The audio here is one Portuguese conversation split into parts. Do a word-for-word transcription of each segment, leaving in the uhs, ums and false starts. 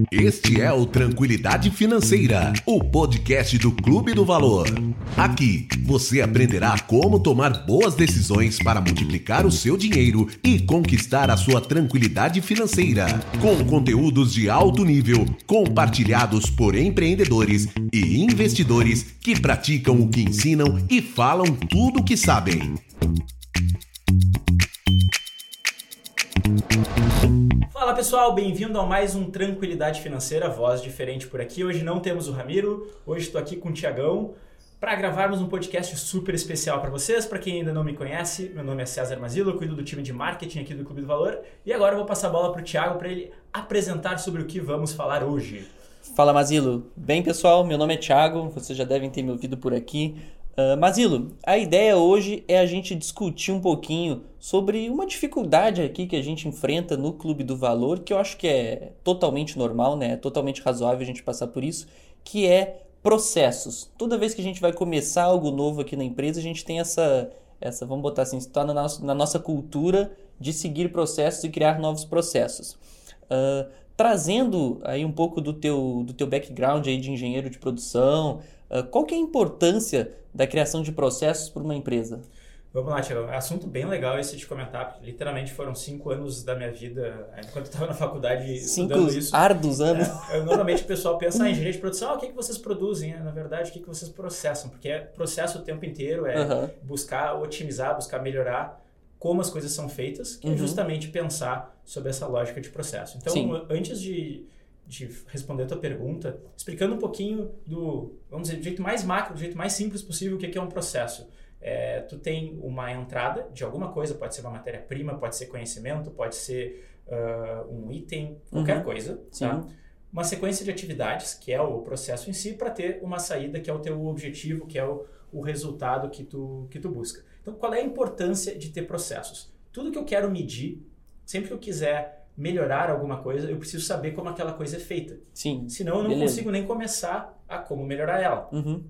Este é o Tranquilidade Financeira, o podcast do Clube do Valor. Aqui você aprenderá como tomar boas decisões para multiplicar o seu dinheiro e conquistar a sua tranquilidade financeira, com conteúdos de alto nível compartilhados por empreendedores e investidores que praticam o que ensinam e falam tudo o que sabem. Fala pessoal, bem-vindo a mais um Tranquilidade Financeira, voz diferente por aqui. Hoje não temos o Ramiro, hoje estou aqui com o Tiagão para gravarmos um podcast super especial para vocês. Para quem ainda não me conhece, meu nome é César Mazilo, eu cuido do time de marketing aqui do Clube do Valor e agora eu vou passar a bola para o Tiago para ele apresentar sobre o que vamos falar hoje. Fala Mazilo, bem pessoal, meu nome é Thiago, vocês já devem ter me ouvido por aqui. Uh, Mazilo, a ideia hoje é a gente discutir um pouquinho sobre uma dificuldade aqui que a gente enfrenta no Clube do Valor, que eu acho que é totalmente normal, né? É totalmente razoável a gente passar por isso, que é processos. Toda vez que a gente vai começar algo novo aqui na empresa, a gente tem essa, essa vamos botar assim, está na nossa, na nossa cultura de seguir processos e criar novos processos. Uh, trazendo aí um pouco do teu, do teu background aí de engenheiro de produção, uh, qual que é a importância da criação de processos para uma empresa? Vamos lá, Tiago. É um assunto bem legal esse de comentar, porque literalmente foram cinco anos da minha vida, enquanto eu estava na faculdade estudando cinco isso. árduos anos. É, eu, normalmente o pessoal pensa em engenharia de produção, ah, o que, que vocês produzem? Na verdade, o que, que vocês processam? Porque é processo o tempo inteiro, é uhum. buscar otimizar, buscar melhorar como as coisas são feitas, que uhum. é justamente pensar sobre essa lógica de processo. Então, Sim. antes de... de responder a tua pergunta, explicando um pouquinho do, vamos dizer, do jeito mais macro, do jeito mais simples possível, o que é um processo. É, tu tem uma entrada de alguma coisa, pode ser uma matéria-prima, pode ser conhecimento, pode ser uh, um item, qualquer uhum. coisa, tá? Uma sequência de atividades, que é o processo em si, para ter uma saída, que é o teu objetivo, que é o, o resultado que tu, que tu busca. Então, qual é a importância de ter processos? Tudo que eu quero medir, sempre que eu quiser melhorar alguma coisa, eu preciso saber como aquela coisa é feita. Sim. Senão eu não Beleza. consigo nem começar a como melhorar ela. Uhum.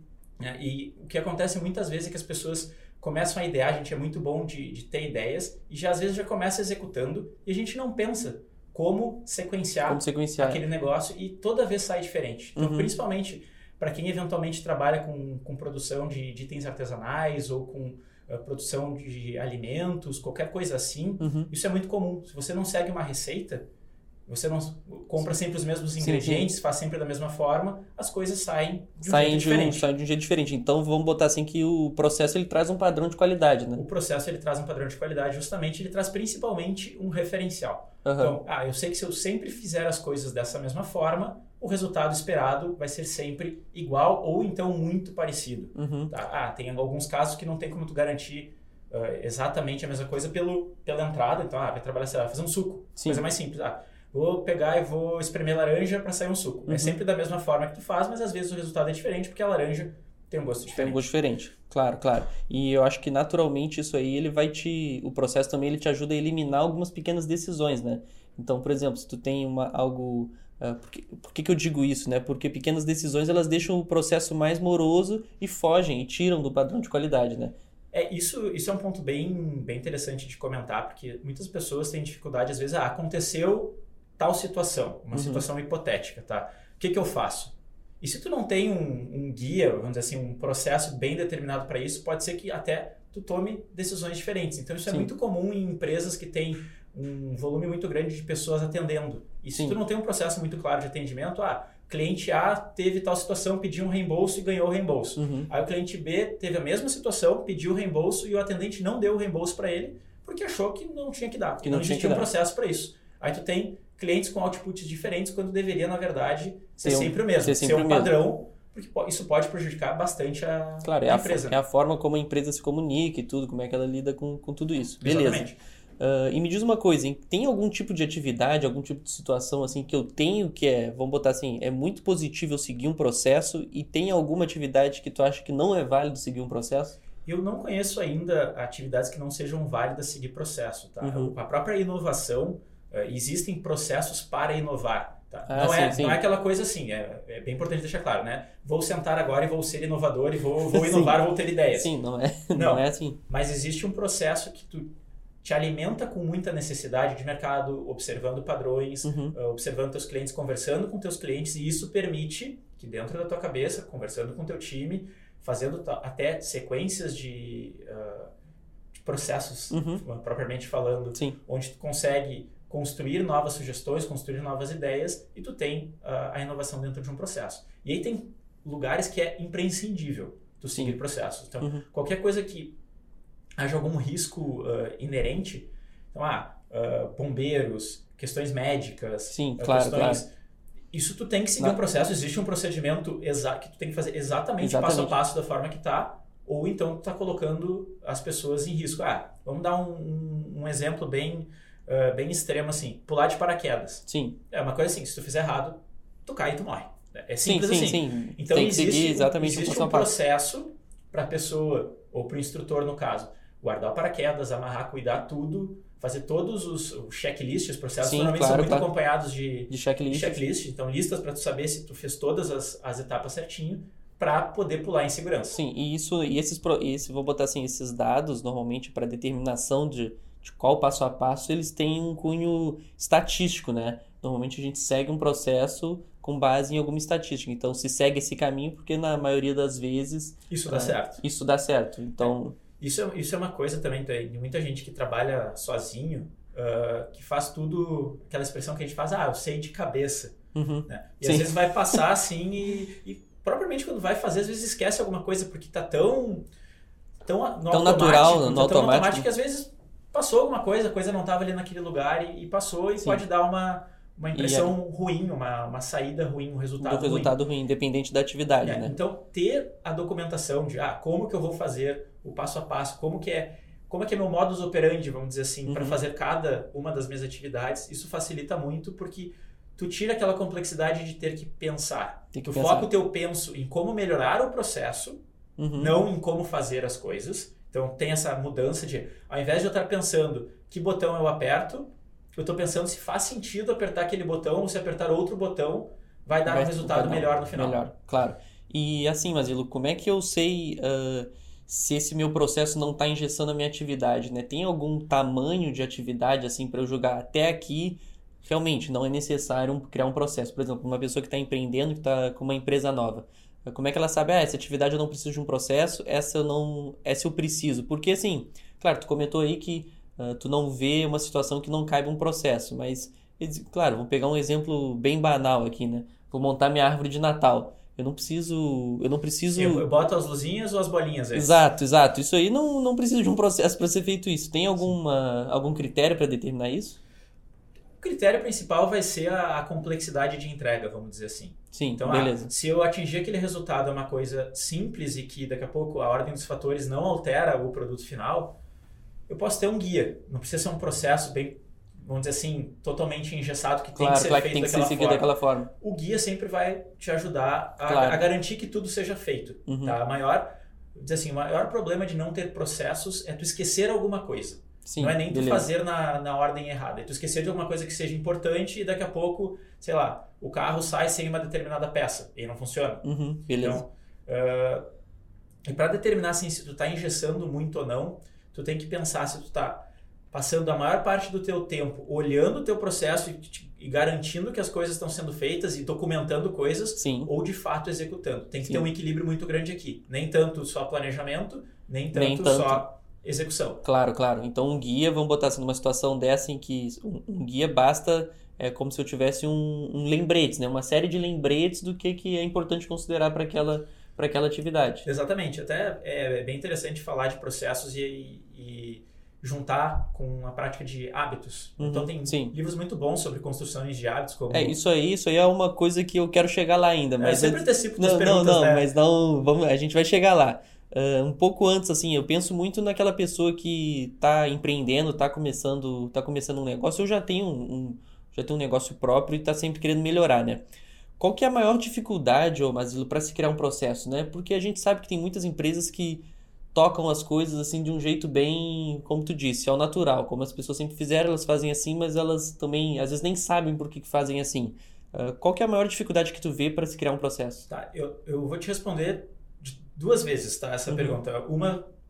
E o que acontece muitas vezes é que as pessoas começam a idear, a gente é muito bom de, de ter ideias e já às vezes já começa executando e a gente não pensa como sequenciar, como sequenciar. aquele negócio e toda vez sai diferente. Então, uhum. principalmente para quem eventualmente trabalha com, com produção de, de itens artesanais ou com uh, produção de alimentos, qualquer coisa assim, uhum. isso é muito comum. Se você não segue uma receita, você não compra sempre os mesmos ingredientes, sim, sim. faz sempre da mesma forma, as coisas saem de um saem jeito de diferente. Um, saem de um jeito diferente. Então, vamos botar assim que o processo ele traz um padrão de qualidade, né? O processo ele traz um padrão de qualidade, justamente, ele traz principalmente um referencial. Uhum. Então, ah, eu sei que se eu sempre fizer as coisas dessa mesma forma, o resultado esperado vai ser sempre igual ou então muito parecido. Uhum. Tá? Ah, tem alguns casos que não tem como tu garantir uh, exatamente a mesma coisa pelo, pela entrada. Então, ah, vai trabalhar, sei lá, fazer um suco, Sim. coisa mais simples. Ah, vou pegar e vou espremer laranja para sair um suco. Uhum. É sempre da mesma forma que tu faz, mas às vezes o resultado é diferente porque a laranja tem um gosto diferente. Tem um gosto diferente, claro, claro. E eu acho que naturalmente isso aí, ele vai te... O processo também, ele te ajuda a eliminar algumas pequenas decisões, né? Então, por exemplo, se tu tem uma, algo... Uh, por que, por que que eu digo isso, né? Porque pequenas decisões, elas deixam o processo mais moroso e fogem, e tiram do padrão de qualidade, né? É, isso, isso é um ponto bem, bem interessante de comentar, porque muitas pessoas têm dificuldade, às vezes, ah, aconteceu tal situação, uma uhum. situação hipotética, tá? O que que eu faço? E se tu não tem um, um guia, vamos dizer assim, um processo bem determinado para isso, pode ser que até tu tome decisões diferentes. Então, isso Sim. é muito comum em empresas que têm um volume muito grande de pessoas atendendo. E se Sim. tu não tem um processo muito claro de atendimento, ah, cliente A teve tal situação, pediu um reembolso e ganhou o reembolso. Uhum. Aí o cliente B teve a mesma situação, pediu o reembolso e o atendente não deu o reembolso para ele porque achou que não tinha que dar, que não, não existia um processo para isso. Aí tu tem clientes com outputs diferentes quando deveria, na verdade, ser, ser um, sempre o mesmo, ser, sempre ser um o padrão, porque isso pode prejudicar bastante a, claro, a é empresa. A, é a forma como a empresa se comunica e tudo, como é que ela lida com, com tudo isso. Beleza. Exatamente. Uh, e me diz uma coisa, hein? Tem algum tipo de atividade, algum tipo de situação assim que eu tenho que é, vamos botar assim, é muito positivo eu seguir um processo e tem alguma atividade que tu acha que não é válido seguir um processo? Eu não conheço ainda atividades que não sejam válidas seguir processo, tá? Uhum. A própria inovação, uh, existem processos para inovar. Tá? Ah, não, sim, é, sim. não é aquela coisa assim, é, é bem importante deixar claro, né? Vou sentar agora e vou ser inovador e vou, vou inovar, vou ter ideias. Sim, não é, não, não é assim. Mas existe um processo que tu te alimenta com muita necessidade de mercado, observando padrões, uhum. uh, observando teus clientes, conversando com teus clientes, e isso permite que dentro da tua cabeça, conversando com teu time, fazendo até sequências de, uh, de processos, uhum. propriamente falando, Sim. onde tu consegue construir novas sugestões, construir novas ideias, e tu tem uh, a inovação dentro de um processo. E aí tem lugares que é imprescindível tu seguir processos. Então, uhum. qualquer coisa que haja algum risco uh, inerente, então, ah, uh, bombeiros, questões médicas, Sim, uh, claro, questões... claro. Isso tu tem que seguir Não. um processo, existe um procedimento exa- que tu tem que fazer exatamente, exatamente passo a passo da forma que tá, ou então tu tá colocando as pessoas em risco. Ah, vamos dar um, um, um exemplo bem, uh, bem extremo assim, pular de paraquedas. Sim. É uma coisa assim, se tu fizer errado, tu cai e tu morre. É simples sim, sim, assim. Sim. Então tem existe, que seguir exatamente existe um, um processo para a pessoa, ou para o instrutor no caso, guardar o paraquedas, amarrar, cuidar tudo, fazer todos os, os checklists, os processos. Sim, normalmente claro, são muito claro. acompanhados de, de checklist. de checklist. Então listas para tu saber se tu fez todas as, as etapas certinho para poder pular em segurança. Sim, e isso e esses, esse, vou botar assim, esses dados normalmente para determinação de, de qual passo a passo, eles têm um cunho estatístico, né? Normalmente a gente segue um processo com base em alguma estatística. Então, se segue esse caminho, porque na maioria das vezes... Isso dá é, certo. Isso dá certo. Então... É. Isso, é, isso é uma coisa também, tem muita gente que trabalha sozinho, uh, que faz tudo, aquela expressão que a gente faz, ah, eu sei de cabeça. Uhum. Né? E Sim. às vezes vai passar assim e, e propriamente quando vai fazer, às vezes esquece alguma coisa, porque tá tão... Tão, no tão natural, tá no tão automático. automático que às vezes passou alguma coisa, a coisa não estava ali naquele lugar e, e passou e Sim. pode dar uma... uma impressão é, ruim, uma, uma saída ruim, um resultado ruim. Um resultado ruim, independente da atividade, é, né? Então, ter a documentação de ah, como que eu vou fazer o passo a passo, como que é, como é, que é meu modus operandi, vamos dizer assim, uhum. para fazer cada uma das minhas atividades, isso facilita muito porque tu tira aquela complexidade de ter que pensar. Tem que tu pensar. foca o teu penso em como melhorar o processo, uhum. não em como fazer as coisas. Então, tem essa mudança de, ao invés de eu estar pensando que botão eu aperto, eu estou pensando se faz sentido apertar aquele botão ou se apertar outro botão vai dar vai um resultado não, melhor no final. Melhor, claro. E assim, Mazilo, como é que eu sei uh, se esse meu processo não está engessando a minha atividade, né? Tem algum tamanho de atividade assim para eu jogar até aqui? Realmente não é necessário criar um processo. Por exemplo, uma pessoa que está empreendendo, que está com uma empresa nova, como é que ela sabe, ah, essa atividade eu não preciso de um processo, essa eu não, essa eu preciso? Porque assim, claro, tu comentou aí que Uh, tu não vê uma situação que não caiba um processo, mas, claro, vou pegar um exemplo bem banal aqui, né? Vou montar minha árvore de Natal. Eu não preciso... Eu não preciso... Eu, eu boto as luzinhas ou as bolinhas? É exato, exato. Isso aí não, não precisa de um processo para ser feito isso. Tem alguma, algum critério para determinar isso? O critério principal vai ser a, a complexidade de entrega, vamos dizer assim. Sim, então, beleza. Ah, se eu atingir aquele resultado é uma coisa simples e que daqui a pouco a ordem dos fatores não altera o produto final... eu posso ter um guia, não precisa ser um processo bem, vamos dizer assim, totalmente engessado que claro, tem que ser claro feito que tem que daquela, ser forma. daquela forma. O guia sempre vai te ajudar a, claro. a garantir que tudo seja feito. Uhum. Tá? A maior, dizer assim, o maior problema de não ter processos é tu esquecer alguma coisa. Sim, não é nem tu beleza. fazer na, na ordem errada, é tu esquecer de alguma coisa que seja importante e daqui a pouco, sei lá, o carro sai sem uma determinada peça e não funciona. Uhum, beleza. Então, uh, e para determinar assim, se tu está engessando muito ou não, tu tem que pensar se tu está passando a maior parte do teu tempo olhando o teu processo e, e garantindo que as coisas estão sendo feitas e documentando coisas, Sim. ou de fato executando. Tem que Sim. ter um equilíbrio muito grande aqui. Nem tanto só planejamento, nem tanto, nem tanto. só execução. Claro, claro. Então um guia, vamos botar assim, numa situação dessa em que um, um guia basta, é como se eu tivesse um, um lembretes, né? Uma série de lembretes do que, que é importante considerar para aquela, para aquela atividade. Exatamente. Até é bem interessante falar de processos e... e juntar com a prática de hábitos. Uhum, então tem sim. livros muito bons sobre construções de hábitos. Como... É, isso aí, isso aí é uma coisa que eu quero chegar lá ainda. Mas é, sempre antecipo das não, perguntas, não, não, né? mas não, vamos, a gente vai chegar lá. Uh, um pouco antes, assim, eu penso muito naquela pessoa que está empreendendo, está começando, tá começando um negócio, eu já tenho um, um, já tenho um negócio próprio e está sempre querendo melhorar, né? Qual que é a maior dificuldade, ô Mazilo, para se criar um processo, né? Porque a gente sabe que tem muitas empresas que tocam as coisas assim de um jeito bem, como tu disse, ao natural, como as pessoas sempre fizeram, elas fazem assim, mas elas também às vezes nem sabem por que, que fazem assim. Uh, qual que é a maior dificuldade que tu vê para se criar um processo? Tá, eu, eu vou te responder duas vezes, tá, essa uhum. pergunta. Uma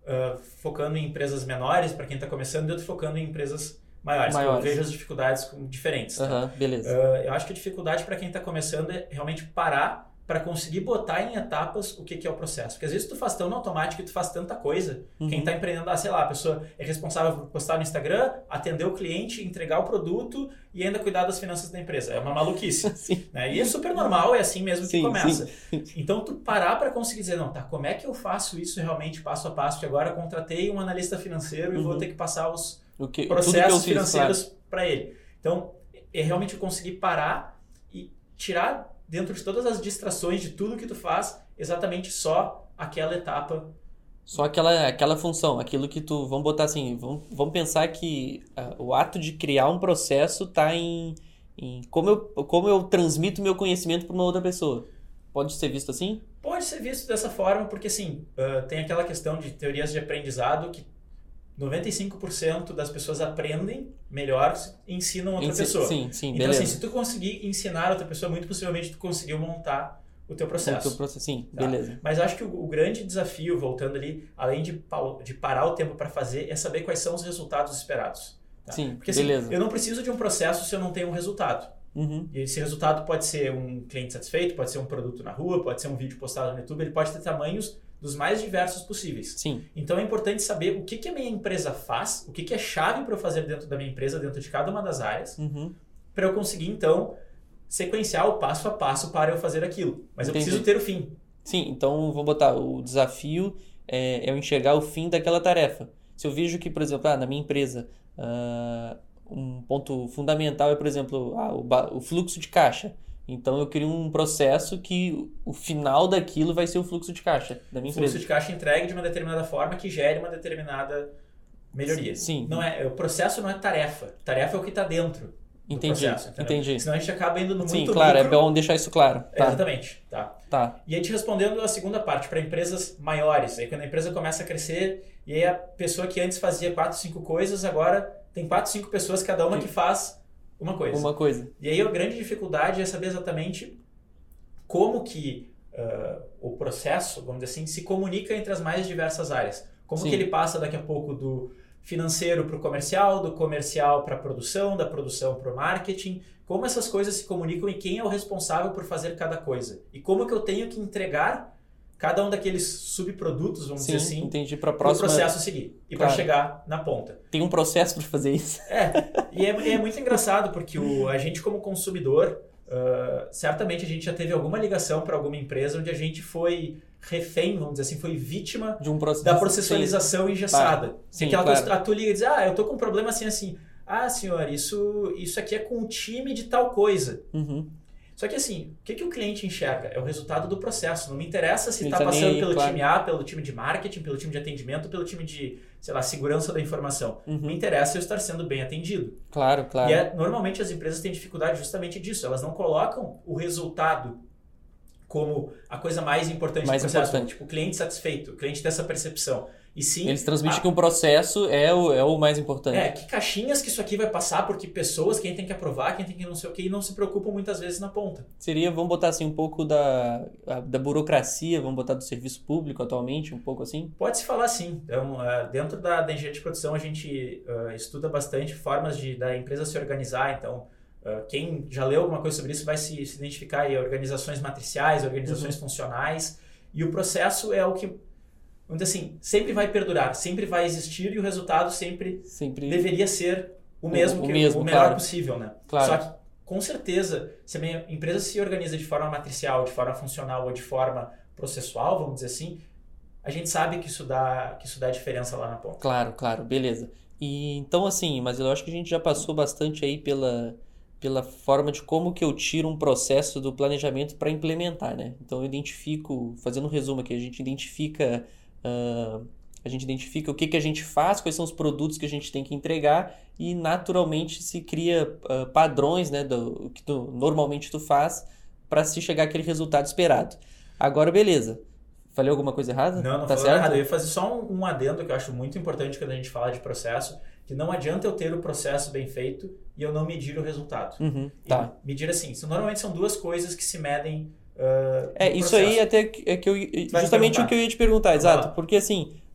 uh, focando em empresas menores, para quem está começando, e outro focando em empresas maiores. maiores. Eu vejo as dificuldades como diferentes. Tá? Uhum, beleza. Uh, eu acho que a dificuldade para quem está começando é realmente parar para conseguir botar em etapas o que, que é o processo. Porque às vezes tu faz tão no automático e tu faz tanta coisa. Uhum. Quem está empreendendo, ah, sei lá, a pessoa é responsável por postar no Instagram, atender o cliente, entregar o produto e ainda cuidar das finanças da empresa. É uma maluquice. Sim. Né? E é super normal, é assim mesmo que sim, começa. Sim. Então tu parar para conseguir dizer, não, tá, como é que eu faço isso realmente passo a passo? Que agora eu contratei um analista financeiro uhum. e vou ter que passar os o que, processos que financeiros claro. para ele. Então, é realmente conseguir parar e tirar dentro de todas as distrações de tudo que tu faz, exatamente só aquela etapa. Só aquela, aquela função, aquilo que tu... Vamos botar assim, vamos, vamos pensar que uh, o ato de criar um processo está em, em como, eu, como eu transmito meu conhecimento para uma outra pessoa. Pode ser visto assim? Pode ser visto dessa forma, porque assim, uh, tem aquela questão de teorias de aprendizado que noventa e cinco por cento das pessoas aprendem melhor e ensinam outra Ensi- pessoa. Sim, sim, então, beleza. assim, se tu conseguir ensinar outra pessoa, muito possivelmente tu conseguiu montar o teu processo. O teu processo, sim, tá? beleza. Mas eu acho que o, o grande desafio, voltando ali, além de, de parar o tempo para fazer, é saber quais são os resultados esperados. Tá? Sim, Porque assim, beleza. eu não preciso de um processo se eu não tenho um resultado. Uhum. E esse resultado pode ser um cliente satisfeito, pode ser um produto na rua, pode ser um vídeo postado no YouTube, ele pode ter tamanhos dos mais diversos possíveis. Sim. Então é importante saber o que, que a minha empresa faz, o que, que é chave para eu fazer dentro da minha empresa, dentro de cada uma das áreas, uhum. para eu conseguir, então, sequenciar o passo a passo para eu fazer aquilo. Mas Entendi. eu preciso ter o fim. Sim, então vou botar, o desafio é, é eu enxergar o fim daquela tarefa. Se eu vejo que, por exemplo, ah, na minha empresa, uh, um ponto fundamental é, por exemplo, ah, o, ba- o fluxo de caixa. Então eu crio um processo que o final daquilo vai ser o fluxo de caixa da minha o fluxo empresa. de caixa entregue de uma determinada forma que gere uma determinada melhoria. Sim. Não é, o processo não é tarefa. Tarefa é o que está dentro do Entendi, processo. Entendeu? entendi. Senão a gente acaba indo no muito Sim, claro, micro. é bom deixar isso claro. Tá. Exatamente. Tá. Tá. E aí te respondendo a segunda parte, para empresas maiores. Aí quando a empresa começa a crescer e aí a pessoa que antes fazia quatro, cinco coisas, agora tem quatro, cinco pessoas, cada uma que faz uma coisa. Uma coisa. E aí a grande dificuldade é saber exatamente como que uh, o processo, vamos dizer assim, se comunica entre as mais diversas áreas. Como Sim. que ele passa daqui a pouco do financeiro para o comercial, do comercial para a produção, da produção para o marketing, como essas coisas se comunicam e quem é o responsável por fazer cada coisa. E como que eu tenho que entregar cada um daqueles subprodutos, vamos Sim, dizer assim, entendi, para para o próxima... processo seguir e Claro. para chegar na ponta. Tem um processo para fazer isso. É, e é, é muito engraçado porque o, a gente como consumidor, uh, certamente a gente já teve alguma ligação para alguma empresa onde a gente foi refém, vamos dizer assim, foi vítima De um processo. da processualização Sim. engessada. Tá. Sim, Aquela claro. coisa, a tu liga e diz, ah, eu tô com um problema assim, assim. Ah, senhor, isso, isso aqui é com o time de tal coisa. Uhum. Só que assim, o que, que o cliente enxerga? É o resultado do processo. Não me interessa se Ele está tá nem passando aí, pelo claro. time A, pelo time de marketing, pelo time de atendimento, pelo time de, sei lá, segurança da informação. Uhum. Me interessa eu estar sendo bem atendido. Claro, claro. E é, normalmente as empresas têm dificuldade justamente disso. Elas não colocam o resultado como a coisa mais importante Mais do processo. importante. Tipo, o cliente satisfeito, o cliente dessa percepção. E sim, Eles transmitem a- que o processo é o, é o mais importante. é, que caixinhas que isso aqui vai passar, porque pessoas, quem tem que aprovar, quem tem que não sei o que, e não se preocupam muitas vezes na ponta. Seria, vamos botar assim, um pouco da, a- da burocracia, vamos botar do serviço público atualmente, um pouco assim? Pode-se falar sim. Então, uh, dentro da, da engenharia de produção, a gente uh, estuda bastante formas de, da empresa se organizar. Então, uh, quem já leu alguma coisa sobre isso vai se, se identificar aí, organizações matriciais, organizações Uhum. funcionais. E o processo é o que, vamos dizer assim, sempre vai perdurar, sempre vai existir e o resultado sempre Sempre. deveria ser o O- mesmo, o que, mesmo, o melhor claro. possível, né? Claro. Só que, com certeza, se a minha empresa se organiza de forma matricial, de forma funcional ou de forma processual, vamos dizer assim, a gente sabe que isso dá, que isso dá diferença lá na ponta. Claro, claro, beleza. E então assim, mas eu acho que a gente já passou bastante aí pela, pela forma de como que eu tiro um processo do planejamento para implementar, né? Então eu identifico, fazendo um resumo aqui, a gente identifica, ah, a gente identifica o que que a gente faz, quais são os produtos que a gente tem que entregar e naturalmente se cria ah, padrões, né, do que tu, normalmente tu faz para se chegar àquele resultado esperado. Agora, beleza. Falei alguma coisa errada? Não, não tá falou certo? nada. Eu ia fazer só um, um adendo que eu acho muito importante quando a gente fala de processo, que não adianta eu ter o processo bem feito e eu não medir o resultado. Uhum, tá. E medir assim, isso normalmente são duas coisas que se medem uh, É, no isso processo. aí até que, é que eu, Vai justamente perguntar. o que eu ia te perguntar, Vamos exato, lá. porque assim,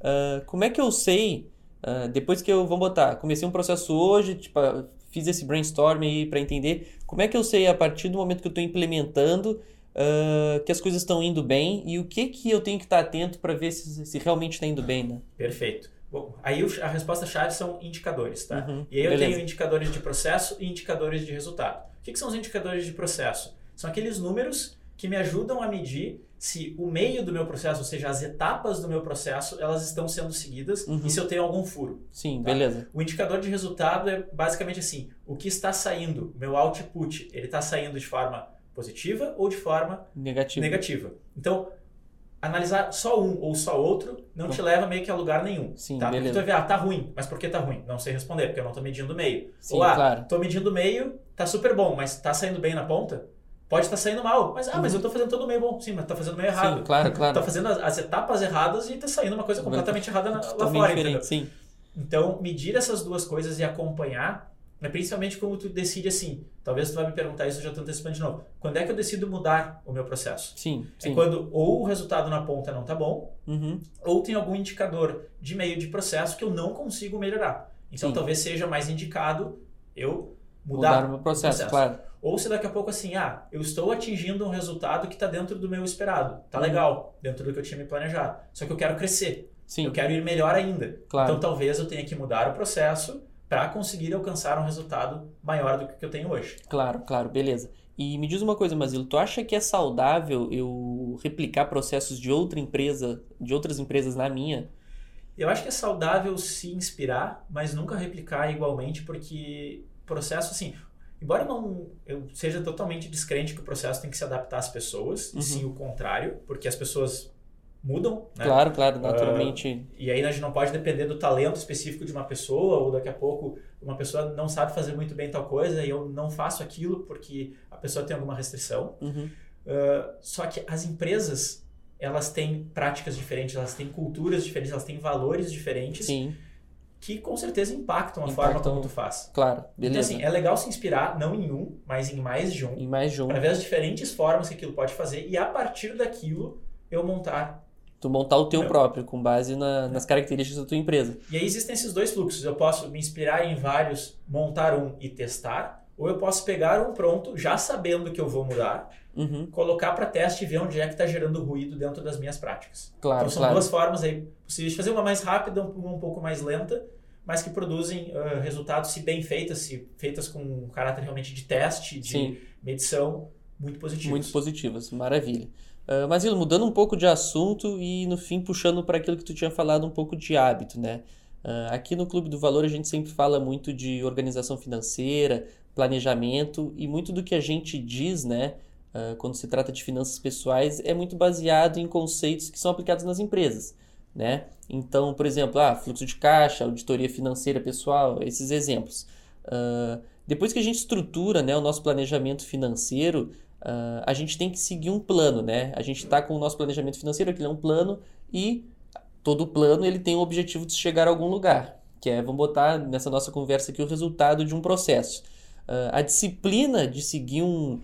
uh, como é que eu sei, uh, depois que eu, vou botar, comecei um processo hoje, tipo, fiz esse brainstorm aí para entender, como é que eu sei a partir do momento que eu estou implementando uh, que as coisas estão indo bem e o que que eu tenho que estar atento para ver se, se realmente está indo bem, né? Perfeito. Bom, aí a resposta-chave são indicadores, tá? Uhum, e aí eu beleza. tenho indicadores de processo e indicadores de resultado. O que, que são os indicadores de processo? São aqueles números que me ajudam a medir se o meio do meu processo, ou seja, as etapas do meu processo, elas estão sendo seguidas uhum. e se eu tenho algum furo. Sim, tá? beleza. O indicador de resultado é basicamente assim, o que está saindo, o meu output, ele está saindo de forma positiva ou de forma negativa. negativa. Então, analisar só um ou só outro não te leva meio que a lugar nenhum. Sim, tá? beleza. Porque tu vai ver, ah, tá ruim. Mas por que tá ruim? Não sei responder, porque eu não tô medindo o meio. Sim, ou, ah, claro. tô medindo o meio, tá super bom, mas tá saindo bem na ponta? Pode estar saindo mal. Mas, ah, uhum. mas eu tô fazendo todo o meio bom. Sim, mas tá fazendo o meio errado. Sim, claro, claro. Tá fazendo as, as etapas erradas e tá saindo uma coisa completamente errada na, lá fora, entendeu? Sim. Então, medir essas duas coisas e acompanhar, é principalmente quando tu decide assim, talvez tu vai me perguntar isso, eu já tô antecipando de novo. Quando é que eu decido mudar o meu processo? Sim, sim. É quando ou o resultado na ponta não tá bom, uhum. ou tem algum indicador de meio de processo que eu não consigo melhorar. Então, sim. talvez seja mais indicado eu mudar, mudar o meu processo, processo. Claro. Ou se daqui a pouco assim, ah, eu estou atingindo um resultado que está dentro do meu esperado. Tá uhum. legal, dentro do que eu tinha me planejado. Só que eu quero crescer. Sim. Eu quero ir melhor ainda. Claro. Então, talvez eu tenha que mudar o processo para conseguir alcançar um resultado maior do que eu tenho hoje. Claro, claro, beleza. E me diz uma coisa, Mazilo, tu acha que é saudável eu replicar processos de outra empresa, de outras empresas na minha? Eu acho que é saudável se inspirar, mas nunca replicar igualmente, porque processo, assim, embora eu não eu seja totalmente descrente que o processo tem que se adaptar às pessoas, uhum. e sim o contrário, porque as pessoas mudam, né? Claro, claro, naturalmente. Uh, e aí a gente não pode depender do talento específico de uma pessoa, ou daqui a pouco uma pessoa não sabe fazer muito bem tal coisa e eu não faço aquilo porque a pessoa tem alguma restrição. Uhum. Uh, só que as empresas, elas têm práticas diferentes, elas têm culturas diferentes, elas têm valores diferentes. Sim. Que com certeza impactam a impactam, forma como tu faz. Claro, beleza. Então assim, é legal se inspirar, não em um, mas em mais de um. Em mais de um. Para ver as diferentes formas que aquilo pode fazer e a partir daquilo eu montar Tu montar o teu é. próprio, com base na, nas características da tua empresa. E aí existem esses dois fluxos. Eu posso me inspirar em vários, montar um e testar, ou eu posso pegar um pronto, já sabendo que eu vou mudar, uhum. colocar para teste e ver onde é que está gerando ruído dentro das minhas práticas. Claro, então são claro. duas formas aí possíveis de fazer, uma mais rápida, uma um pouco mais lenta, mas que produzem uh, resultados, se bem feitas, se feitas com um caráter realmente de teste, de Sim. medição, muito positivos. Muito positivas, maravilha. Uh, mas, Ilo, mudando um pouco de assunto e, no fim, puxando para aquilo que tu tinha falado um pouco de hábito, né? Uh, aqui no Clube do Valor a gente sempre fala muito de organização financeira, planejamento e muito do que a gente diz, né? Uh, quando se trata de finanças pessoais é muito baseado em conceitos que são aplicados nas empresas, né? Então, por exemplo, ah, fluxo de caixa, auditoria financeira pessoal, esses exemplos. Uh, depois que a gente estrutura, né, o nosso planejamento financeiro, Uh, a gente tem que seguir um plano, né? A gente está com o nosso planejamento financeiro, aquilo é um plano e todo plano ele tem o objetivo de chegar a algum lugar, que é, vamos botar nessa nossa conversa aqui, o resultado de um processo. Uh, a disciplina de seguir um,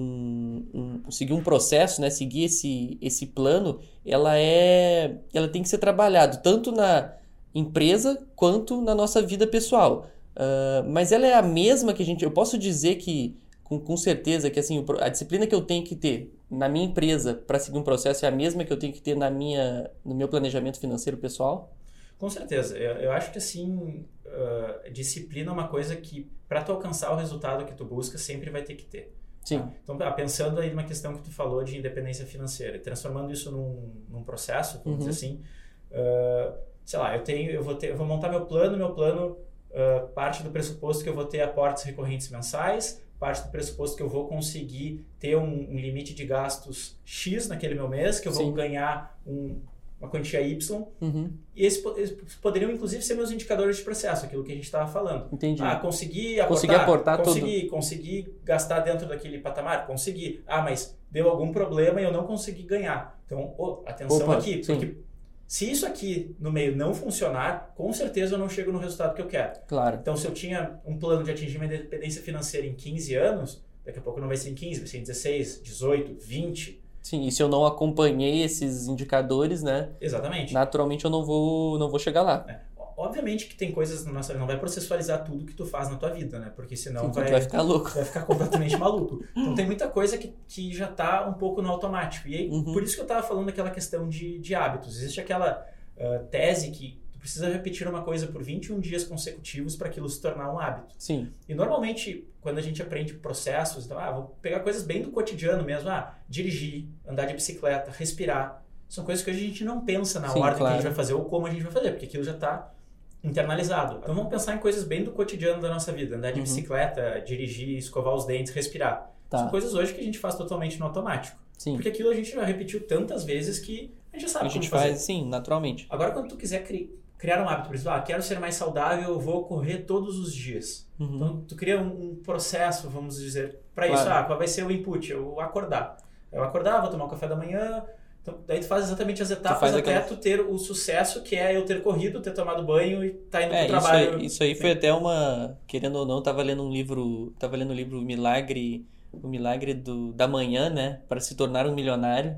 um, um, seguir um processo, né? Seguir esse, esse plano, ela, é, ela tem que ser trabalhado tanto na empresa quanto na nossa vida pessoal. Uh, mas ela é a mesma que a gente... Eu posso dizer que Com, com certeza que assim, a disciplina que eu tenho que ter na minha empresa para seguir um processo é a mesma que eu tenho que ter na minha, no meu planejamento financeiro pessoal? Com certeza. Eu, eu acho que assim, uh, disciplina é uma coisa que para tu alcançar o resultado que tu busca sempre vai ter que ter. Sim. Tá? Então, ah, pensando aí numa questão que tu falou de independência financeira, transformando isso num, num processo, vamos uhum. dizer assim, uh, sei lá, eu, tenho, eu, vou ter, eu vou montar meu plano, meu plano uh, parte do pressuposto que eu vou ter aportes recorrentes mensais, parte do pressuposto que eu vou conseguir ter um, um limite de gastos X naquele meu mês, que eu Sim. vou ganhar um, uma quantia Y. Uhum. E esses, esses poderiam, inclusive, ser meus indicadores de processo, aquilo que a gente estava falando. Entendi. Ah, consegui aportar, consegui aportar consegui, tudo. consegui gastar dentro daquele patamar, consegui. Ah, mas deu algum problema e eu não consegui ganhar. Então, oh, atenção Opa, aqui, sim. porque se isso aqui no meio não funcionar, com certeza eu não chego no resultado que eu quero. Claro. Então, se eu tinha um plano de atingir uma independência financeira em quinze anos, daqui a pouco não vai ser em quinze, vai ser em dezesseis, dezoito, vinte. Sim, e se eu não acompanhei esses indicadores, né? Exatamente. Naturalmente eu não vou, não vou chegar lá. É. Obviamente que tem coisas na nossa vida, não vai processualizar tudo que tu faz na tua vida, né? Porque senão Sim, vai, vai ficar louco. Vai ficar completamente maluco. Então tem muita coisa que, que já tá um pouco no automático. E aí, uhum. por isso que eu tava falando daquela questão de, de hábitos. Existe aquela uh, tese que tu precisa repetir uma coisa por vinte e um dias consecutivos para aquilo se tornar um hábito. Sim. E normalmente, quando a gente aprende processos, então, ah, vou pegar coisas bem do cotidiano mesmo, ah, dirigir, andar de bicicleta, respirar. São coisas que hoje a gente não pensa na Sim, ordem claro. que a gente vai fazer ou como a gente vai fazer, porque aquilo já está internalizado. Então vamos pensar em coisas bem do cotidiano da nossa vida. Andar de uhum. bicicleta, dirigir, escovar os dentes, respirar. Tá. São coisas hoje que a gente faz totalmente no automático. Sim. Porque aquilo a gente já repetiu tantas vezes que a gente já sabe a gente como fazer. faz, sim, naturalmente. Agora quando tu quiser criar criar um hábito, por exemplo, ah, quero ser mais saudável, eu vou correr todos os dias. Uhum. Então, tu cria um, um processo, vamos dizer, para claro. isso. Ah, qual vai ser o input? Eu acordar. Eu acordar, vou tomar um café da manhã. Então, daí tu faz exatamente as etapas tu até aquela... tu ter o sucesso, que é eu ter corrido, ter tomado banho e tá indo é, pro trabalho. Isso aí, isso aí foi até uma... Querendo ou não, tava lendo um livro... Tava lendo o livro Milagre... O Milagre do, da Manhã, né? Para se tornar um milionário.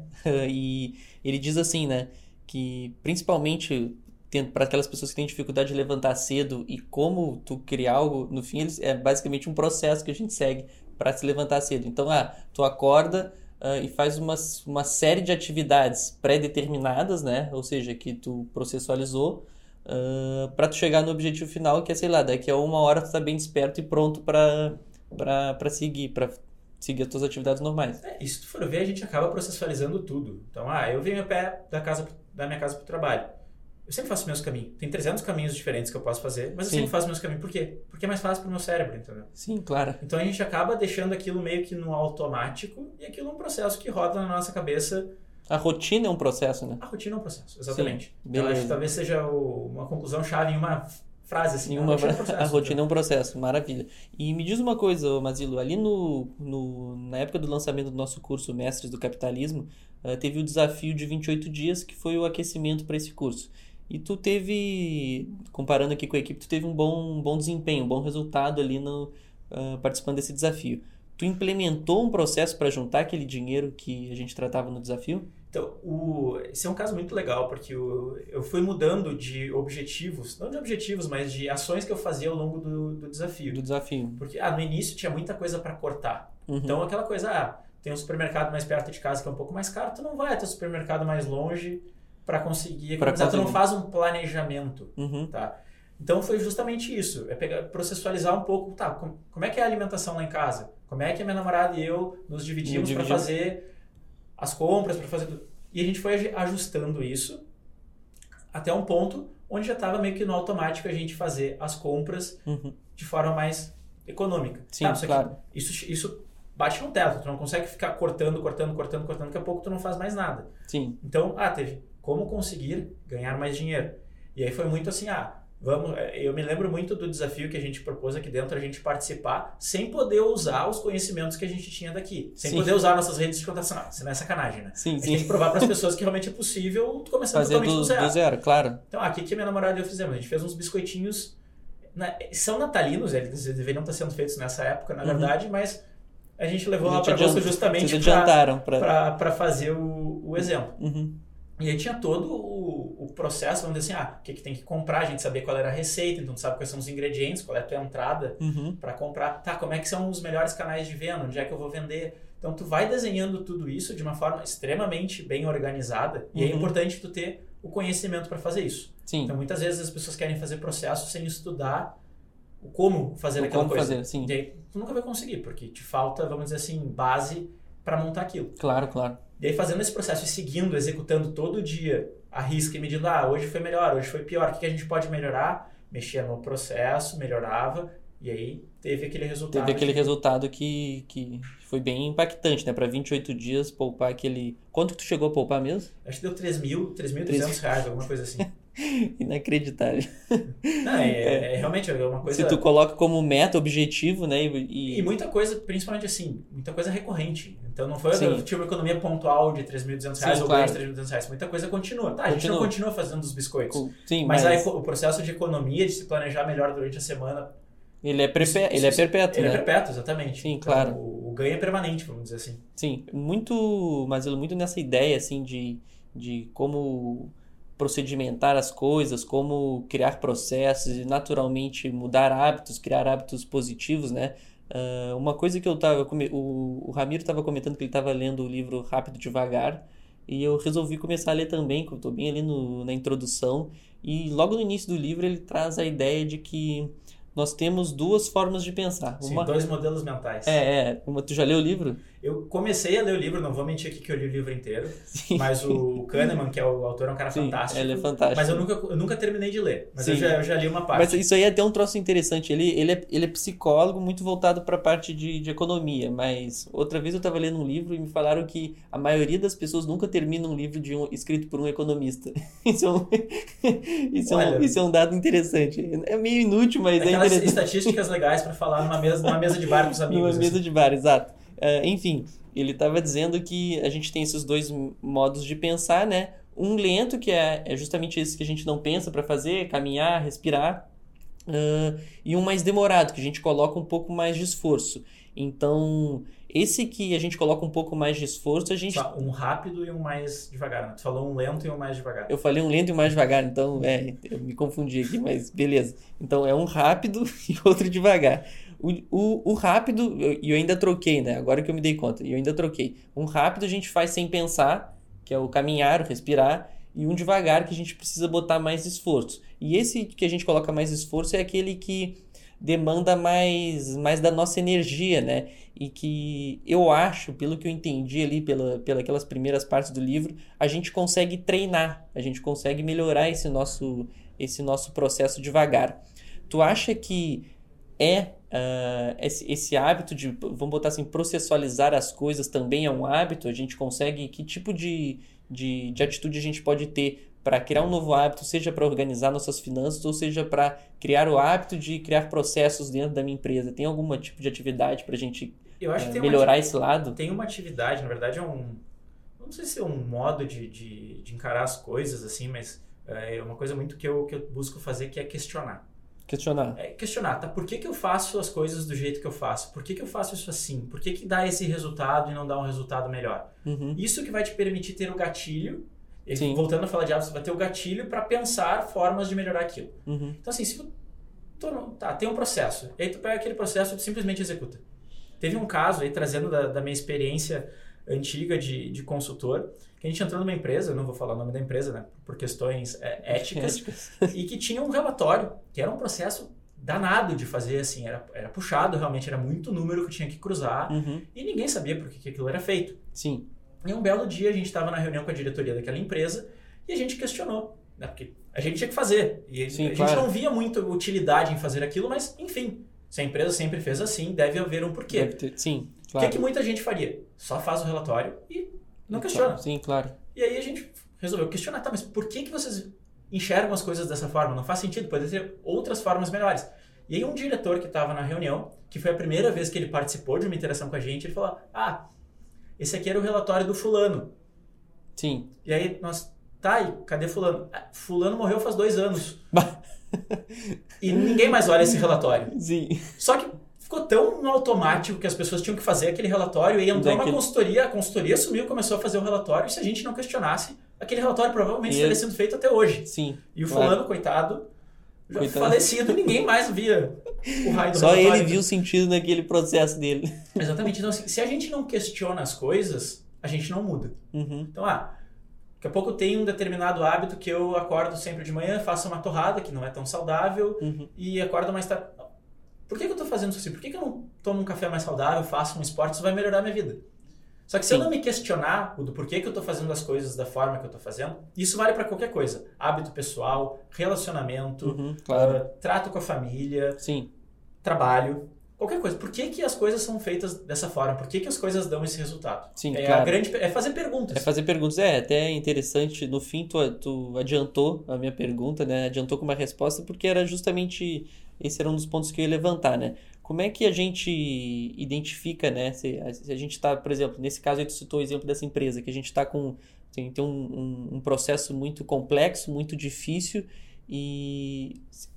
E ele diz assim, né? Que principalmente... para aquelas pessoas que têm dificuldade de levantar cedo e como tu criar algo, no fim é basicamente um processo que a gente segue para se levantar cedo. Então, ah, tu acorda uh, e faz uma, uma série de atividades pré-determinadas, né? Ou seja, que tu processualizou uh, para tu chegar no objetivo final, que é, sei lá, daqui a uma hora tu tá bem desperto e pronto para para seguir, para seguir as tuas atividades normais. É, e se tu for ver, a gente acaba processualizando tudo. Então, ah, eu venho a pé da, casa, da minha casa pro trabalho. Eu sempre faço meus caminhos. Tem trezentos caminhos diferentes que eu posso fazer, mas eu Sim. sempre faço meus caminhos. Por quê? Porque é mais fácil pro meu cérebro, entendeu? Sim, claro. Então a gente acaba deixando aquilo meio que no automático e aquilo é um processo que roda na nossa cabeça. A rotina é um processo, né? A rotina é um processo, exatamente. Sim, então acho que talvez seja o, uma conclusão chave em uma frase assim. Em uma... A rotina é um processo. A rotina é um processo, maravilha. E me diz uma coisa, Mazilo, ali no, no, na época do lançamento do nosso curso Mestres do Capitalismo, uh, teve o desafio de vinte e oito dias, que foi o aquecimento para esse curso. E tu teve, comparando aqui com a equipe, tu teve um bom, um bom desempenho, um bom resultado ali no, uh, participando desse desafio. Tu implementou um processo para juntar aquele dinheiro que a gente tratava no desafio? Então, o, esse é um caso muito legal, porque o, eu fui mudando de objetivos, não de objetivos, mas de ações que eu fazia ao longo do, do desafio. Do desafio. Porque ah, no início tinha muita coisa para cortar. Uhum. Então, aquela coisa, ah, tem um supermercado mais perto de casa que é um pouco mais caro, tu não vai até o supermercado mais longe para conseguir economizar, tu não faz um planejamento, uhum. tá? Então foi justamente isso, é pegar, processualizar um pouco, tá, como, como é que é a alimentação lá em casa? Como é que a minha namorada e eu nos dividimos para fazer as compras, para fazer tudo. E a gente foi ajustando isso até um ponto onde já estava meio que no automático a gente fazer as compras uhum. de forma mais econômica. Sim, tá, isso, claro. aqui, isso, isso bate no teto, tu não consegue ficar cortando, cortando, cortando, cortando, daqui a pouco tu não faz mais nada. Sim. Então, ah, teve como conseguir ganhar mais dinheiro. E aí foi muito assim, ah, vamos, eu me lembro muito do desafio que a gente propôs aqui dentro, a gente participar sem poder usar os conhecimentos que a gente tinha daqui. Sem sim. poder usar nossas redes de contação. Não, isso não é sacanagem, né? Sim, a gente sim. tem que provar para as pessoas que realmente é possível tu começar fazer totalmente do, do zero. do zero, claro. Então, aqui que a minha namorada e eu fizemos, a gente fez uns biscoitinhos, na, são natalinos, eles deveriam estar sendo feitos nessa época, na uhum. verdade, mas a gente levou lá para agosto justamente para fazer o, o exemplo. Uhum. E aí tinha todo o, o processo, vamos dizer assim, ah, o que, que tem que comprar, a gente sabia qual era a receita, então tu sabe quais são os ingredientes, qual é a tua entrada uhum. para comprar. Tá, como é que são os melhores canais de venda, onde é que eu vou vender? Então tu vai desenhando tudo isso de uma forma extremamente bem organizada e uhum. é importante tu ter o conhecimento para fazer isso. Sim. Então muitas vezes as pessoas querem fazer processo sem estudar o como fazer o aquela como coisa. Fazer, sim. E aí tu nunca vai conseguir, porque te falta, vamos dizer assim, base para montar aquilo. Claro, claro. E aí fazendo esse processo e seguindo, executando todo dia, a risca e medindo, ah, hoje foi melhor, hoje foi pior, o que, que a gente pode melhorar? Mexia no processo, melhorava, e aí teve aquele resultado. Teve aquele que... resultado que, que foi bem impactante, né? Para vinte e oito dias poupar aquele... Quanto que tu chegou a poupar mesmo? Acho que deu três mil, três mil e duzentos reais, alguma coisa assim. Inacreditável. Não, é, é, é realmente é uma coisa... Se tu coloca como meta, objetivo, né? E, e muita coisa, principalmente assim, muita coisa recorrente. Então não foi tipo uma economia pontual de três mil e duzentos reais ou claro. ganho de três mil e duzentos reais. Muita coisa continua. Tá, a gente continua. não continua fazendo os biscoitos. Sim, mas, mas... Aí, o processo de economia, de se planejar melhor durante a semana Ele é, perpé... isso, ele isso, é perpétuo, ele né? é perpétuo, exatamente. Sim, então, claro. O, o ganho é permanente, vamos dizer assim. Sim, muito, mas muito nessa ideia, assim, de, de como procedimentar as coisas, como criar processos e naturalmente mudar hábitos, criar hábitos positivos, né? Uh, uma coisa que eu tava... O, o Ramiro estava comentando que ele estava lendo o livro Rápido e Devagar, e eu resolvi começar a ler também, que eu estou bem ali no, na introdução, e logo no início do livro ele traz a ideia de que nós temos duas formas de pensar. Sim, uma... dois modelos mentais. É, é. Uma... Tu já leu o livro? Eu comecei a ler o livro, não vou mentir aqui que eu li o livro inteiro, Sim. Mas o Kahneman, que é o autor, é um cara Sim, fantástico. ele é fantástico. Mas eu nunca, eu nunca terminei de ler, mas eu já, eu já li uma parte. Mas isso aí é até um troço interessante. Ele, ele, é, ele é psicólogo muito voltado para a parte de, de economia, mas outra vez eu estava lendo um livro e me falaram que a maioria das pessoas nunca termina um livro de um, escrito por um economista. Isso é um, isso é um, isso é um dado interessante. É meio inútil, mas Aquelas é interessante. estatísticas legais para falar numa mesa, numa mesa de bar com os amigos. Numa assim. mesa de bar, exato. Uh, enfim, ele estava dizendo que a gente tem esses dois modos de pensar, né? Um lento, que é, é justamente esse que a gente não pensa para fazer, caminhar, respirar. Uh, e um mais demorado, que a gente coloca um pouco mais de esforço. Então, esse que a gente coloca um pouco mais de esforço, a gente... Só um rápido e um mais devagar, né? Tu falou um lento e um mais devagar. Eu falei um lento e um mais devagar, então, é, eu me confundi aqui, mas beleza. Então, é um rápido e outro devagar. O, o, o rápido, e eu, eu ainda troquei, né? Agora que eu me dei conta, e eu ainda troquei. Um rápido a gente faz sem pensar, que é o caminhar, o respirar, e um devagar que a gente precisa botar mais esforço. E esse que a gente coloca mais esforço é aquele que demanda mais, mais da nossa energia, né? E que eu acho, pelo que eu entendi ali, pela, pelas primeiras partes do livro, a gente consegue treinar, a gente consegue melhorar esse nosso, esse nosso processo devagar. Tu acha que é uh, esse, esse hábito de, vamos botar assim, processualizar as coisas também é um hábito? A gente consegue, que tipo de, de, de atitude a gente pode ter para criar um novo hábito, seja para organizar nossas finanças ou seja para criar o hábito de criar processos dentro da minha empresa? Tem algum tipo de atividade para a gente Eu acho uh, que tem melhorar uma, esse lado? Tem uma atividade, na verdade é um, não sei se é um modo de, de, de encarar as coisas assim, mas é uma coisa muito que eu, que eu busco fazer, que é questionar. Questionar. É questionar, tá? Por que que eu faço as coisas do jeito que eu faço? Por que que eu faço isso assim? Por que que dá esse resultado e não dá um resultado melhor? Uhum. Isso que vai te permitir ter o gatilho, e Sim. voltando a falar de hábitos, você vai ter o gatilho para pensar formas de melhorar aquilo. Uhum. Então assim, se tu, tá, tem um processo, e aí tu pega aquele processo e simplesmente executa. Teve um caso aí, trazendo da, da minha experiência antiga de, de consultor, que a gente entrou numa empresa, eu não vou falar o nome da empresa, né, por questões é, éticas, e que tinha um relatório, que era um processo danado de fazer, assim, era, era puxado, realmente era muito número que tinha que cruzar, uhum. e ninguém sabia por que, que aquilo era feito. Sim. E um belo dia a gente estava na reunião com a diretoria daquela empresa e a gente questionou, né, porque a gente tinha que fazer, e Sim, a claro. gente não via muita utilidade em fazer aquilo, mas, enfim, se a empresa sempre fez assim, deve haver um porquê. Deve ter, sim, claro. O que é que muita gente faria? Só faz o relatório e não questiona. Sim, claro. E aí a gente resolveu questionar, tá, mas por que que vocês enxergam as coisas dessa forma? Não faz sentido, pode ter outras formas melhores. E aí um diretor que estava na reunião, que foi a primeira vez que ele participou de uma interação com a gente, ele falou, ah, esse aqui era o relatório do fulano. Sim. E aí nós, tá, e cadê fulano? Ah, fulano morreu faz dois anos. E ninguém mais olha esse relatório. Sim. Só que ficou tão no automático que as pessoas tinham que fazer aquele relatório, e aí entrou Daquele... uma consultoria, a consultoria sumiu, começou a fazer o relatório, e se a gente não questionasse, aquele relatório provavelmente e estaria ele... sendo feito até hoje. Sim. E o claro. fulano, coitado, já Coitado. falecido, ninguém mais via o raio do Só relatório. Só ele viu o sentido naquele processo dele. Exatamente. Então, assim, se a gente não questiona as coisas, a gente não muda. Uhum. Então, ah, daqui a pouco eu tenho um determinado hábito que eu acordo sempre de manhã, faço uma torrada, que não é tão saudável, uhum. e acordo mais tarde. Por que que eu estou fazendo isso assim? Por que que eu não tomo um café mais saudável, faço um esporte? Isso vai melhorar a minha vida. Só que se Sim. eu não me questionar o do porquê que eu estou fazendo as coisas da forma que eu estou fazendo, isso vale para qualquer coisa. Hábito pessoal, relacionamento, uhum, claro. uh, trato com a família, Sim. trabalho, qualquer coisa. Por que que as coisas são feitas dessa forma? Por que que as coisas dão esse resultado? Sim, é, claro. a grande, é fazer perguntas. É fazer perguntas. É até interessante, no fim tu, tu adiantou a minha pergunta, né? Adiantou com uma resposta, porque era justamente, esse era um dos pontos que eu ia levantar, né? Como é que a gente identifica, né? Se, se a gente está, por exemplo, nesse caso aí tu citou o exemplo dessa empresa, que a gente está com tem, tem um, um, um processo muito complexo, muito difícil, e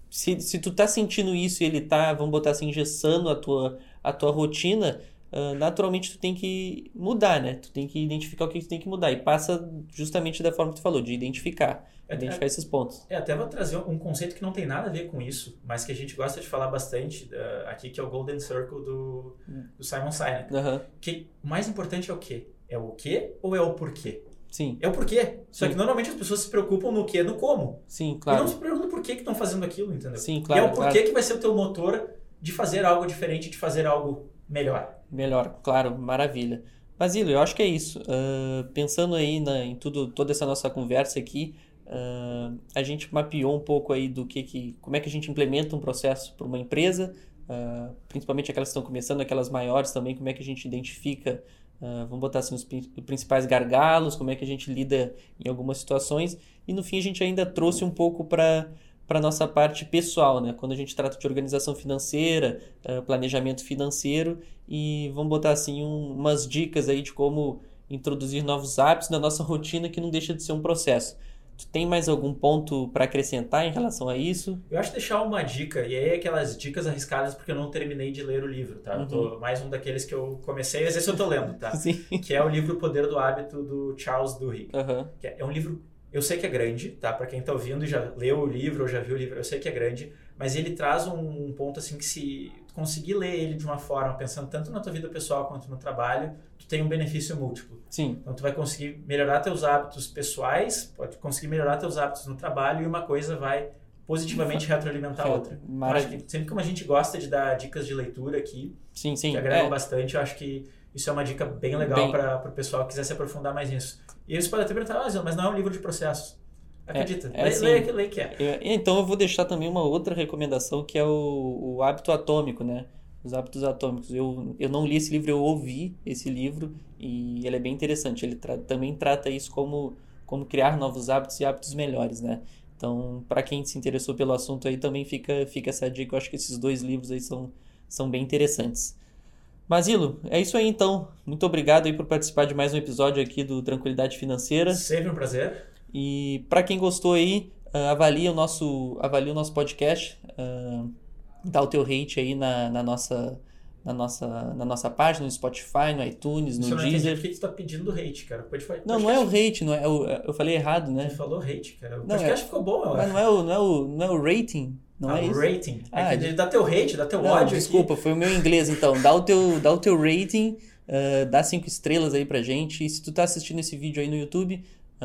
se, se tu tá sentindo isso e ele tá, vamos botar assim, engessando a tua, a tua rotina, uh, naturalmente tu tem que mudar, né? Tu tem que identificar o que tu tem que mudar. E passa justamente da forma que tu falou, de identificar. É, identificar é, esses pontos. É, até vou trazer um conceito que não tem nada a ver com isso, mas que a gente gosta de falar bastante uh, aqui, que é o Golden Circle do, do Simon Sinek. Uhum. Que o mais importante é o quê? É o quê ou é o porquê? Sim. É o porquê. Só Sim. que normalmente as pessoas se preocupam no quê, no como. Sim, claro. E não se preocupam no porquê que estão fazendo aquilo, entendeu? Sim, claro. E é o porquê claro. que vai ser o teu motor de fazer algo diferente, de fazer algo melhor. Melhor, claro, maravilha. Basílio, eu acho que é isso. Uh, pensando aí na, em tudo, toda essa nossa conversa aqui, uh, a gente mapeou um pouco aí do que, que como é que a gente implementa um processo para uma empresa, uh, principalmente aquelas que estão começando, aquelas maiores também, como é que a gente identifica, uh, vamos botar assim, os principais gargalos, como é que a gente lida em algumas situações, e no fim a gente ainda trouxe um pouco para para a nossa parte pessoal, né? Quando a gente trata de organização financeira, uh, planejamento financeiro, e vamos botar assim um, umas dicas aí de como introduzir novos hábitos na nossa rotina, que não deixa de ser um processo. Tu tem mais algum ponto para acrescentar em relação a isso? Eu acho deixar uma dica, e aí aquelas dicas arriscadas porque eu não terminei de ler o livro, tá? Uhum. Eu tô mais um daqueles que eu comecei, mas esse eu tô lendo, tá? Sim. Que é o livro O Poder do Hábito, do Charles Duhigg. Uhum. Que é um livro... Eu sei que é grande, tá? Para quem tá ouvindo e já leu o livro ou já viu o livro, eu sei que é grande, mas ele traz um, um ponto assim que se tu conseguir ler ele de uma forma, pensando tanto na tua vida pessoal quanto no trabalho, tu tem um benefício múltiplo. Sim. Então tu vai conseguir melhorar teus hábitos pessoais, pode conseguir melhorar teus hábitos no trabalho e uma coisa vai positivamente retroalimentar a outra. Então, acho que sempre como a gente gosta de dar dicas de leitura aqui, sim, sim. que agregam é. bastante, eu acho que isso é uma dica bem legal para o pessoal que quiser se aprofundar mais nisso. E eles podem até perguntar, ah, mas não é um livro de processos. Acredita, é, é lê, assim, lê, lê que é. Eu, então eu vou deixar também uma outra recomendação, que é o, o hábito atômico, né? Os hábitos atômicos. Eu, eu não li esse livro, eu ouvi esse livro e ele é bem interessante. Ele tra- também trata isso como, como criar novos hábitos e hábitos melhores, né? Então, para quem se interessou pelo assunto aí, também fica, fica essa dica. Eu acho que esses dois livros aí são, são bem interessantes. Basílio, é isso aí então. Muito obrigado aí por participar de mais um episódio aqui do Tranquilidade Financeira. Sempre um prazer. E para quem gostou aí, uh, avalie, o nosso, avalie o nosso podcast, uh, dá o teu rate aí na, na, nossa, na, nossa, na nossa página, no Spotify, no iTunes, no Deezer. Não Deezer. Por que você tá pedindo hate, cara? Pode, pode, não, não é o hate, não é o, eu falei errado, né? Você falou hate, cara. O não, podcast é, ficou bom, eu mas acho. não é o, não é o, não é o rating? Não ah, é o isso? rating. Ah, é que dá teu hate, dá teu não, ódio desculpa, aqui. Foi o meu inglês então. Dá o teu, dá o teu rating, uh, dá cinco estrelas aí pra gente. E se tu tá assistindo esse vídeo aí no YouTube,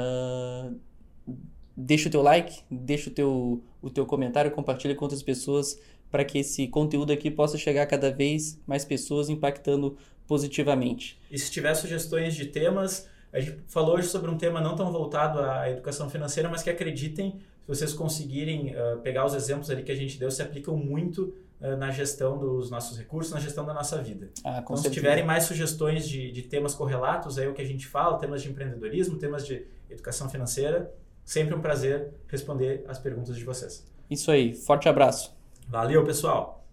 uh, deixa o teu like, deixa o teu, o teu comentário, compartilha com outras pessoas para que esse conteúdo aqui possa chegar a cada vez mais pessoas, impactando positivamente. E se tiver sugestões de temas, a gente falou hoje sobre um tema não tão voltado à educação financeira, mas que acreditem, se vocês conseguirem uh, pegar os exemplos ali que a gente deu, se aplicam muito uh, na gestão dos nossos recursos, na gestão da nossa vida. Ah, com então, certeza. Se tiverem mais sugestões de, de temas correlatos aí o que a gente fala, temas de empreendedorismo, temas de educação financeira, sempre um prazer responder as perguntas de vocês. Isso aí, forte abraço. Valeu, pessoal!